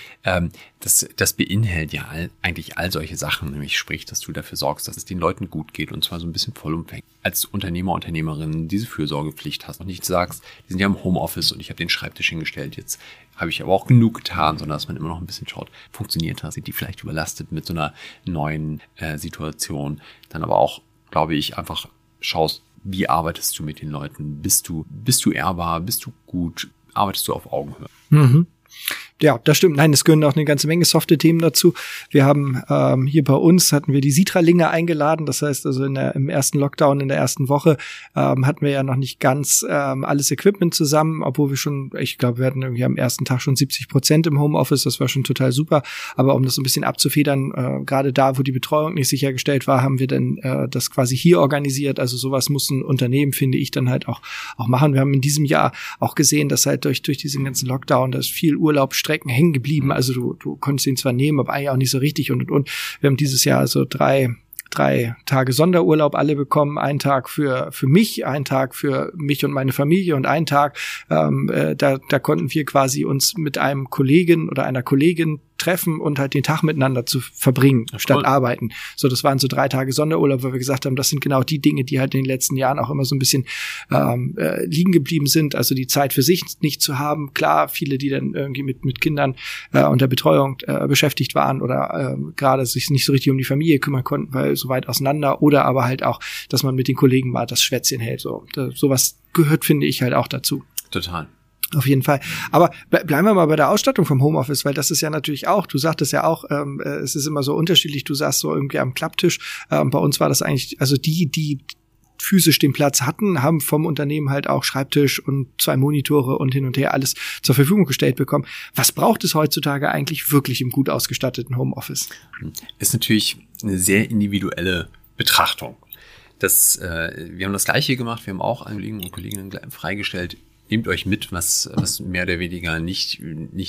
Das beinhaltet ja eigentlich all solche Sachen, nämlich sprich, dass du dafür sorgst, dass es den Leuten gut geht und zwar so ein bisschen vollumfänglich. Als Unternehmer, Unternehmerin diese Fürsorgepflicht hast und nicht sagst, die sind ja im Homeoffice und ich habe den Schreibtisch hingestellt, jetzt habe ich aber auch genug getan, sondern dass man immer noch ein bisschen schaut, funktioniert das, sind die vielleicht überlastet mit so einer neuen Situation. Dann aber auch, glaube ich, einfach schaust, wie arbeitest du mit den Leuten? Bist du ehrbar? Bist du gut? Arbeitest du auf Augenhöhe? Mhm. Ja, das stimmt. Nein, es gehören auch eine ganze Menge softe Themen dazu. Wir haben hier bei uns hatten wir die Sitra-Linge eingeladen. Das heißt also im ersten Lockdown, in der ersten Woche hatten wir ja noch nicht ganz alles Equipment zusammen, obwohl ich glaube, wir hatten irgendwie am ersten Tag schon 70% im Homeoffice. Das war schon total super. Aber um das so ein bisschen abzufedern, gerade da, wo die Betreuung nicht sichergestellt war, haben wir dann das quasi hier organisiert. Also sowas muss ein Unternehmen, finde ich, dann halt auch machen. Wir haben in diesem Jahr auch gesehen, dass halt durch diesen ganzen Lockdown, da ist viel Urlaubsstrecken hängen geblieben. Also du konntest ihn zwar nehmen, aber eigentlich auch nicht so richtig und. Wir haben dieses Jahr so drei Tage Sonderurlaub alle bekommen, einen Tag für mich, einen Tag für mich und meine Familie und einen Tag, da konnten wir quasi uns mit einem Kollegen oder einer Kollegin treffen und halt den Tag miteinander zu verbringen, statt arbeiten. So, das waren so 3 Tage Sonderurlaub, weil wir gesagt haben, das sind genau die Dinge, die halt in den letzten Jahren auch immer so ein bisschen liegen geblieben sind. Also die Zeit für sich nicht zu haben. Klar, viele, die dann irgendwie mit Kindern und der Betreuung beschäftigt waren oder gerade sich nicht so richtig um die Familie kümmern konnten, weil so weit auseinander, oder aber halt auch, dass man mit den Kollegen mal das Schwätzchen hält. Sowas gehört, finde ich, halt auch dazu. Total. Auf jeden Fall. Aber bleiben wir mal bei der Ausstattung vom Homeoffice, weil das ist ja natürlich auch, du sagtest ja auch, es ist immer so unterschiedlich, du saßt so irgendwie am Klapptisch. Bei uns war das eigentlich, also die physisch den Platz hatten, haben vom Unternehmen halt auch Schreibtisch und 2 Monitore und hin und her alles zur Verfügung gestellt bekommen. Was braucht es heutzutage eigentlich wirklich im gut ausgestatteten Homeoffice? Ist natürlich eine sehr individuelle Betrachtung. Wir haben das Gleiche gemacht, wir haben auch Kollegen und Kolleginnen freigestellt. Nehmt euch mit, was mehr oder weniger nicht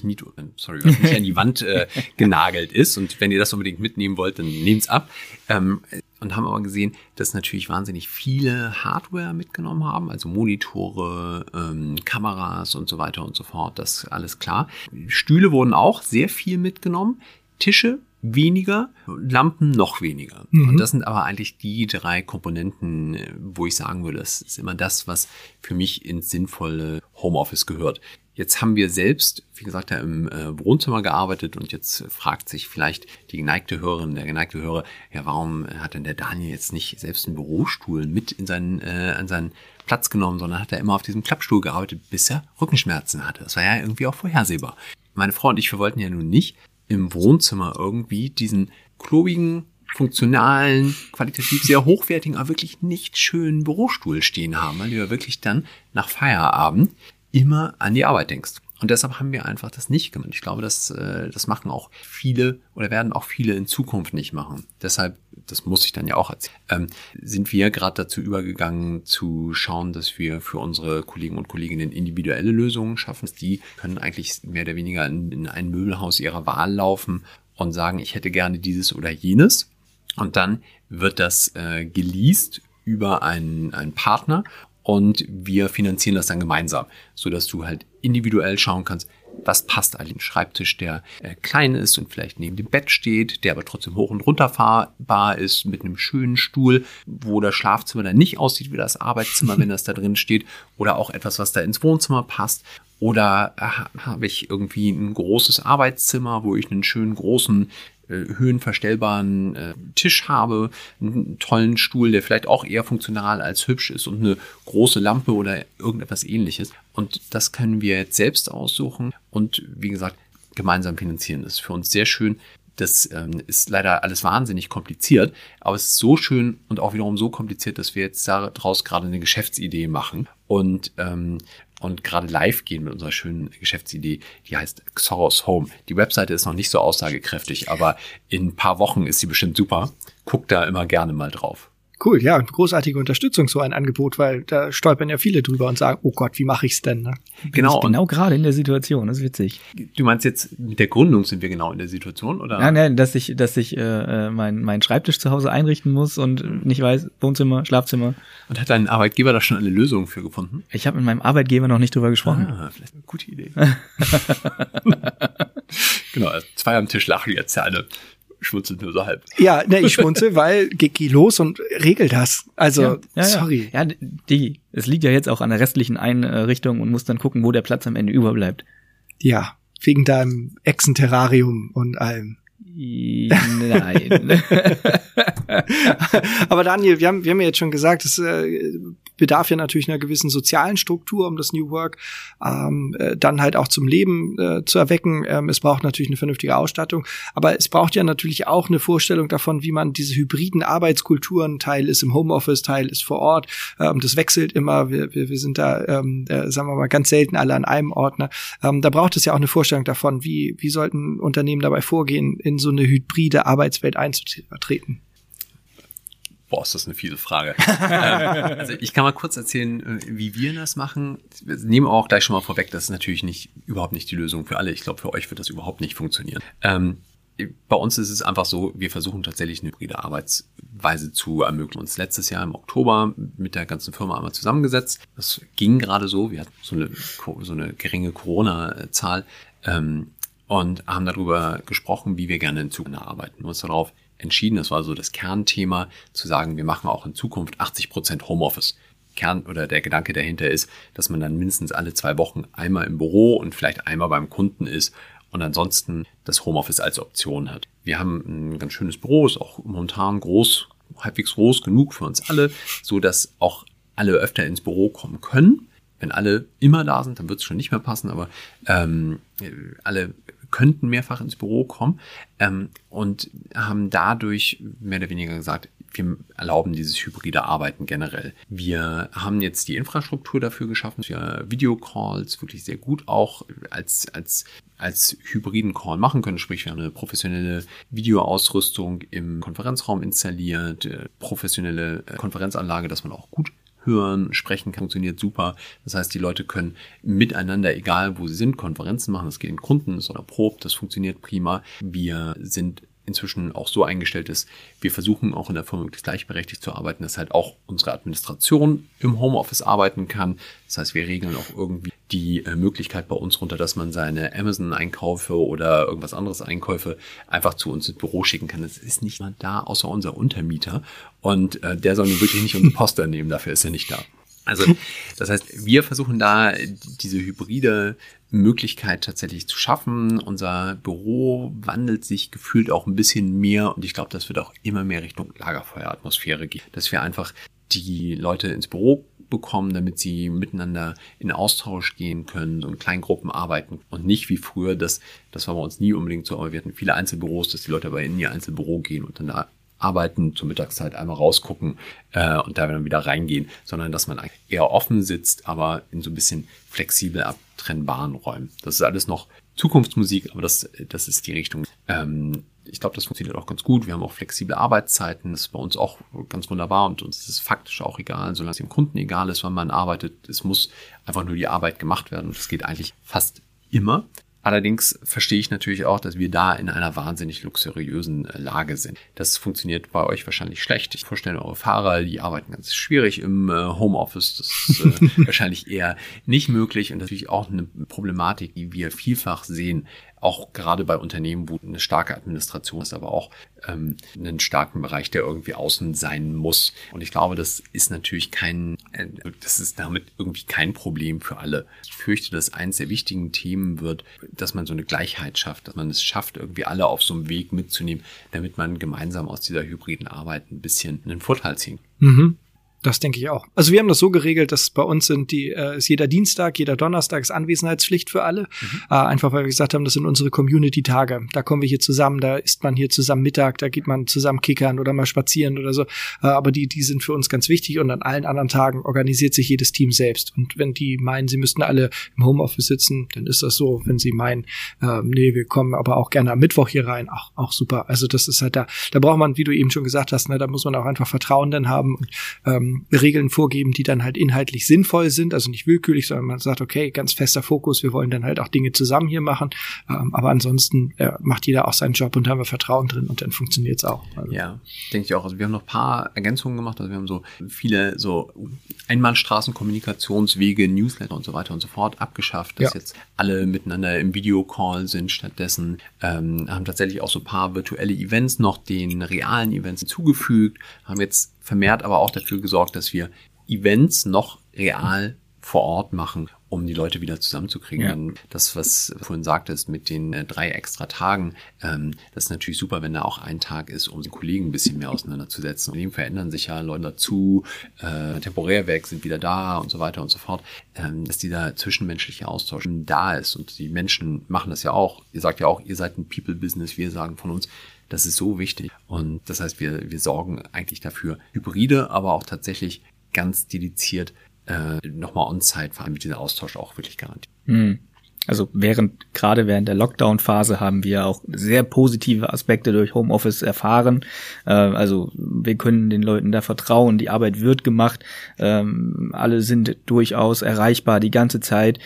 an die Wand genagelt ist. Und wenn ihr das unbedingt mitnehmen wollt, dann nehmt's ab. Und haben aber gesehen, dass natürlich wahnsinnig viele Hardware mitgenommen haben, also Monitore, Kameras und so weiter und so fort. Das ist alles klar. Stühle wurden auch sehr viel mitgenommen. Tische weniger, Lampen noch weniger. Und das sind aber eigentlich die 3 Komponenten, wo ich sagen würde, das ist immer das, was für mich ins sinnvolle Homeoffice gehört. Jetzt haben wir selbst, wie gesagt, da im Wohnzimmer gearbeitet und jetzt fragt sich vielleicht die geneigte Hörerin, der geneigte Hörer, ja, warum hat denn der Daniel jetzt nicht selbst einen Bürostuhl mit an seinen Platz genommen, sondern hat er immer auf diesem Klappstuhl gearbeitet, bis er Rückenschmerzen hatte. Das war ja irgendwie auch vorhersehbar. Meine Frau und ich, wir wollten ja nun nicht im Wohnzimmer irgendwie diesen klobigen funktionalen, qualitativ sehr hochwertigen, aber wirklich nicht schönen Bürostuhl stehen haben, weil du ja wirklich dann nach Feierabend immer an die Arbeit denkst. Und deshalb haben wir einfach das nicht gemacht. Ich glaube, das machen auch viele oder werden auch viele in Zukunft nicht machen. Deshalb, das muss ich dann ja auch erzählen, sind wir gerade dazu übergegangen zu schauen, dass wir für unsere Kollegen und Kolleginnen individuelle Lösungen schaffen. Die können eigentlich mehr oder weniger in ein Möbelhaus ihrer Wahl laufen und sagen, ich hätte gerne dieses oder jenes. Und dann wird das geleast über einen Partner. Und wir finanzieren das dann gemeinsam, sodass du halt individuell schauen kannst, was passt eigentlich. Ein Schreibtisch, der klein ist und vielleicht neben dem Bett steht, der aber trotzdem hoch- und runterfahrbar ist, mit einem schönen Stuhl, wo das Schlafzimmer dann nicht aussieht wie das Arbeitszimmer, wenn das da drin steht. Oder auch etwas, was da ins Wohnzimmer passt. Oder habe ich irgendwie ein großes Arbeitszimmer, wo ich einen schönen großen höhenverstellbaren Tisch habe, einen tollen Stuhl, der vielleicht auch eher funktional als hübsch ist und eine große Lampe oder irgendetwas Ähnliches. Und das können wir jetzt selbst aussuchen und wie gesagt, gemeinsam finanzieren. Das ist für uns sehr schön. Das ist leider alles wahnsinnig kompliziert, aber es ist so schön und auch wiederum so kompliziert, dass wir jetzt daraus gerade eine Geschäftsidee machen und gerade live gehen mit unserer schönen Geschäftsidee, die heißt Xoros Home. Die Webseite ist noch nicht so aussagekräftig, aber in ein paar Wochen ist sie bestimmt super. Guckt da immer gerne mal drauf. Cool, ja, großartige Unterstützung, so ein Angebot, weil da stolpern ja viele drüber und sagen, oh Gott, wie mache ich's denn? Ne? Genau gerade in der Situation, das ist witzig. Du meinst jetzt, mit der Gründung sind wir genau in der Situation, oder? Nein, dass ich meinen Schreibtisch zu Hause einrichten muss und nicht weiß, Wohnzimmer, Schlafzimmer. Und hat dein Arbeitgeber da schon eine Lösung für gefunden? Ich habe mit meinem Arbeitgeber noch nicht drüber gesprochen. Vielleicht eine gute Idee. Genau, also 2 am Tisch lachen jetzt ja alle. Schmunzelt nur so halb. Ja, ne, ich schmunzel, weil geh los und regel das. Also, sorry. Ja, es liegt ja jetzt auch an der restlichen Einrichtung und muss dann gucken, wo der Platz am Ende überbleibt. Ja, wegen deinem Echsenterrarium und allem. Nein. Aber Daniel, wir haben ja jetzt schon gesagt, es bedarf ja natürlich einer gewissen sozialen Struktur, um das New Work dann halt auch zum Leben zu erwecken. Es braucht natürlich eine vernünftige Ausstattung, aber es braucht ja natürlich auch eine Vorstellung davon, wie man diese hybriden Arbeitskulturen, Teil ist im Homeoffice, Teil ist vor Ort, das wechselt immer, wir sind da, sagen wir mal, ganz selten alle an einem Ordner. Da braucht es ja auch eine Vorstellung davon, wie sollten Unternehmen dabei vorgehen, in so eine hybride Arbeitswelt einzutreten. Boah, ist das eine fiese Frage. Also ich kann mal kurz erzählen, wie wir das machen. Wir nehmen auch gleich schon mal vorweg, das ist natürlich überhaupt nicht die Lösung für alle. Ich glaube, für euch wird das überhaupt nicht funktionieren. Bei uns ist es einfach so, wir versuchen tatsächlich eine hybride Arbeitsweise zu ermöglichen. Uns letztes Jahr im Oktober mit der ganzen Firma einmal zusammengesetzt. Das ging gerade so. Wir hatten so eine geringe Corona-Zahl und haben darüber gesprochen, wie wir gerne in Zukunft arbeiten. Und uns darauf entschieden, das war so das Kernthema, zu sagen, wir machen auch in Zukunft 80% Homeoffice. Der Gedanke dahinter ist, dass man dann mindestens alle 2 Wochen einmal im Büro und vielleicht einmal beim Kunden ist und ansonsten das Homeoffice als Option hat. Wir haben ein ganz schönes Büro, ist auch momentan halbwegs groß genug für uns alle, so dass auch alle öfter ins Büro kommen können. Wenn alle immer da sind, dann wird es schon nicht mehr passen, aber alle könnten mehrfach ins Büro kommen und haben dadurch mehr oder weniger gesagt, wir erlauben dieses hybride Arbeiten generell. Wir haben jetzt die Infrastruktur dafür geschaffen, für Videocalls wirklich sehr gut auch als hybriden Call machen können. Sprich, wir haben eine professionelle Videoausrüstung im Konferenzraum installiert, professionelle Konferenzanlage, dass man auch gut hören, sprechen kann, funktioniert super. Das heißt, die Leute können miteinander, egal wo sie sind, Konferenzen machen. Das geht in Kunden, das ist erprobt, das funktioniert prima. Wir sind inzwischen auch so eingestellt ist, wir versuchen auch in der Firma wirklich gleichberechtigt zu arbeiten, dass halt auch unsere Administration im Homeoffice arbeiten kann. Das heißt, wir regeln auch irgendwie die Möglichkeit bei uns runter, dass man seine Amazon-Einkäufe oder irgendwas anderes Einkäufe einfach zu uns ins Büro schicken kann. Das ist nicht mal da, außer unser Untermieter. Und der soll nun wirklich nicht unsere Post nehmen, dafür ist er nicht da. Also das heißt, wir versuchen da diese hybride Möglichkeit tatsächlich zu schaffen. Unser Büro wandelt sich gefühlt auch ein bisschen mehr und ich glaube, das wird auch immer mehr Richtung Lagerfeueratmosphäre gehen, dass wir einfach die Leute ins Büro bekommen, damit sie miteinander in Austausch gehen können, so in kleinen Gruppen arbeiten und nicht wie früher, das war bei uns nie unbedingt so, aber wir hatten viele Einzelbüros, dass die Leute aber in ihr Einzelbüro gehen und dann da arbeiten, zur Mittagszeit einmal rausgucken und da dann wieder reingehen, sondern dass man eher offen sitzt, aber in so ein bisschen flexibel abtrennbaren Räumen. Das ist alles noch Zukunftsmusik, aber das ist die Richtung. Ich glaube, das funktioniert auch ganz gut. Wir haben auch flexible Arbeitszeiten. Das ist bei uns auch ganz wunderbar und uns ist es faktisch auch egal, solange es dem Kunden egal ist, wann man arbeitet. Es muss einfach nur die Arbeit gemacht werden und das geht eigentlich fast immer. Allerdings verstehe ich natürlich auch, dass wir da in einer wahnsinnig luxuriösen Lage sind. Das funktioniert bei euch wahrscheinlich schlecht. Ich vorstelle eure Fahrer, die arbeiten ganz schwierig im Homeoffice. Das ist wahrscheinlich eher nicht möglich und natürlich auch eine Problematik, die wir vielfach sehen. Auch gerade bei Unternehmen, wo eine starke Administration ist, aber auch einen starken Bereich, der irgendwie außen sein muss. Und ich glaube, das ist natürlich das ist damit irgendwie kein Problem für alle. Ich fürchte, dass eines der wichtigen Themen wird, dass man so eine Gleichheit schafft, dass man es schafft, irgendwie alle auf so einem Weg mitzunehmen, damit man gemeinsam aus dieser hybriden Arbeit ein bisschen einen Vorteil ziehen. Mhm. Das denke ich auch. Also wir haben das so geregelt, dass bei uns ist jeder Dienstag, jeder Donnerstag ist Anwesenheitspflicht für alle. Einfach weil wir gesagt haben, das sind unsere Community-Tage. Da kommen wir hier zusammen, da isst man hier zusammen Mittag, da geht man zusammen kickern oder mal spazieren oder so. Aber die sind für uns ganz wichtig und an allen anderen Tagen organisiert sich jedes Team selbst. Und wenn die meinen, sie müssten alle im Homeoffice sitzen, dann ist das so. Wenn sie meinen, nee, wir kommen aber auch gerne am Mittwoch hier rein, auch super. Also das ist halt da braucht man, wie du eben schon gesagt hast, da muss man auch einfach Vertrauen dann haben und Regeln vorgeben, die dann halt inhaltlich sinnvoll sind, also nicht willkürlich, sondern man sagt, okay, ganz fester Fokus, wir wollen dann halt auch Dinge zusammen hier machen, aber ansonsten macht jeder auch seinen Job und da haben wir Vertrauen drin und dann funktioniert's auch. Also. Ja, denke ich auch. Also wir haben noch ein paar Ergänzungen gemacht, also wir haben so viele so Einbahnstraßenkommunikationswege, Newsletter und so weiter und so fort abgeschafft, dass jetzt alle miteinander im Videocall sind. Stattdessen haben tatsächlich auch so ein paar virtuelle Events noch den realen Events hinzugefügt, haben jetzt vermehrt aber auch dafür gesorgt, dass wir Events noch real vor Ort machen, um die Leute wieder zusammenzukriegen. Ja. Das, was du vorhin sagtest mit den 3 extra Tagen, das ist natürlich super, wenn da auch ein Tag ist, um den Kollegen ein bisschen mehr auseinanderzusetzen. Und dem verändern sich ja Leute dazu, temporär weg, sind wieder da und so weiter und so fort, dass dieser zwischenmenschliche Austausch da ist. Und die Menschen machen das ja auch. Ihr sagt ja auch, ihr seid ein People-Business, wir sagen von uns, das ist so wichtig. Und das heißt, wir sorgen eigentlich dafür, hybride, aber auch tatsächlich ganz dediziert nochmal on-site, vor allem mit dieser Austausch auch wirklich garantiert. Also gerade während der Lockdown-Phase haben wir auch sehr positive Aspekte durch Homeoffice erfahren. Also wir können den Leuten da vertrauen, die Arbeit wird gemacht, alle sind durchaus erreichbar die ganze Zeit.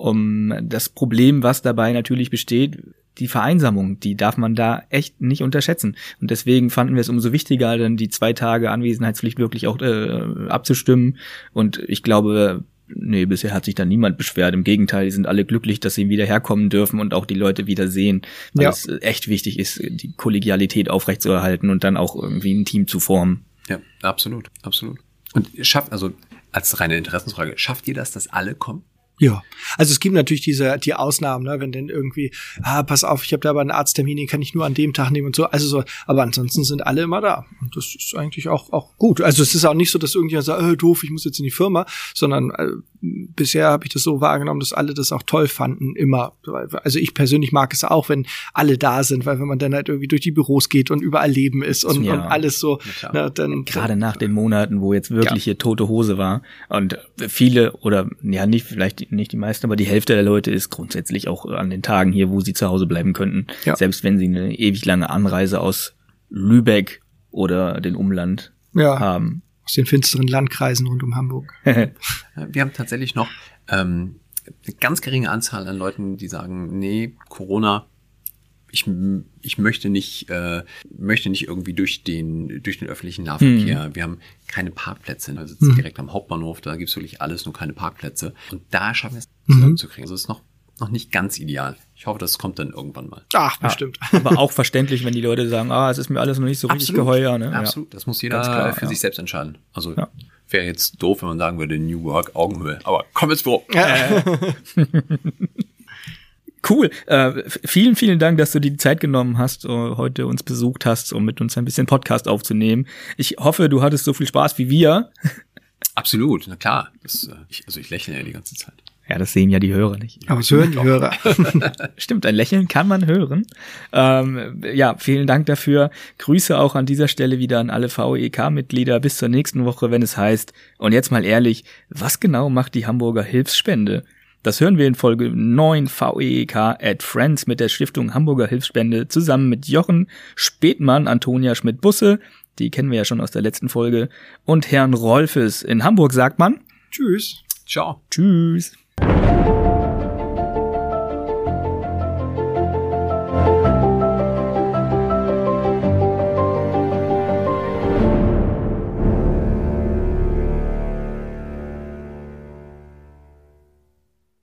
Das Problem, was dabei natürlich besteht, die Vereinsamung, die darf man da echt nicht unterschätzen. Und deswegen fanden wir es umso wichtiger, dann die 2 Tage Anwesenheitspflicht wirklich auch abzustimmen. Und ich glaube, bisher hat sich da niemand beschwert. Im Gegenteil, die sind alle glücklich, dass sie wieder herkommen dürfen und auch die Leute wieder sehen. Weil es echt wichtig ist, die Kollegialität aufrechtzuerhalten und dann auch irgendwie ein Team zu formen. Ja, absolut, absolut. Und also als reine Interessensfrage, schafft ihr das, dass alle kommen? Ja, also es gibt natürlich die Ausnahmen, ne, wenn denn irgendwie, pass auf, ich habe da aber einen Arzttermin, den kann ich nur an dem Tag nehmen und so, also so, aber ansonsten sind alle immer da und das ist eigentlich auch gut. Also es ist auch nicht so, dass irgendjemand sagt, doof, ich muss jetzt in die Firma, sondern bisher habe ich das so wahrgenommen, dass alle das auch toll fanden, immer. Also ich persönlich mag es auch, wenn alle da sind, weil wenn man dann halt irgendwie durch die Büros geht und überall Leben ist und alles so, ne, dann gerade nach den Monaten, wo jetzt wirklich hier tote Hose war und viele oder vielleicht nicht die meisten, aber die Hälfte der Leute ist grundsätzlich auch an den Tagen hier, wo sie zu Hause bleiben könnten, selbst wenn sie eine ewig lange Anreise aus Lübeck oder den Umland haben. Aus den finsteren Landkreisen rund um Hamburg. Wir haben tatsächlich noch eine ganz geringe Anzahl an Leuten, die sagen, nee, Corona, ich möchte nicht irgendwie durch den öffentlichen Nahverkehr. Wir haben keine Parkplätze. Wir sitzen direkt am Hauptbahnhof, da gibt's wirklich alles, nur keine Parkplätze. Und da schaffen wir es zusammenzukriegen. Also es ist noch nicht ganz ideal. Ich hoffe, das kommt dann irgendwann mal. Ach, bestimmt. Aber auch verständlich, wenn die Leute sagen, es ist mir alles noch nicht so richtig geheuer. Ne? Absolut, das muss jeder für sich selbst entscheiden. Also wäre jetzt doof, wenn man sagen würde, New Work, Augenhöhe. Aber komm jetzt vor. Cool. Vielen, vielen Dank, dass du dir die Zeit genommen hast, heute uns besucht hast, um mit uns ein bisschen Podcast aufzunehmen. Ich hoffe, du hattest so viel Spaß wie wir. Absolut, na klar. Ich lächle ja die ganze Zeit. Ja, das sehen ja die Hörer nicht. Aber es hören die Hörer. Stimmt, ein Lächeln kann man hören. Ja, vielen Dank dafür. Grüße auch an dieser Stelle wieder an alle VEK-Mitglieder. Bis zur nächsten Woche, wenn es heißt, und jetzt mal ehrlich, was genau macht die Hamburger Hilfsspende? Das hören wir in Folge 9 VEK at Friends mit der Stiftung Hamburger Hilfsspende zusammen mit Jochen Spätmann, Antonia Schmidt-Busse, die kennen wir ja schon aus der letzten Folge, und Herrn Rolfes. In Hamburg sagt man Tschüss. Ciao. Tschüss.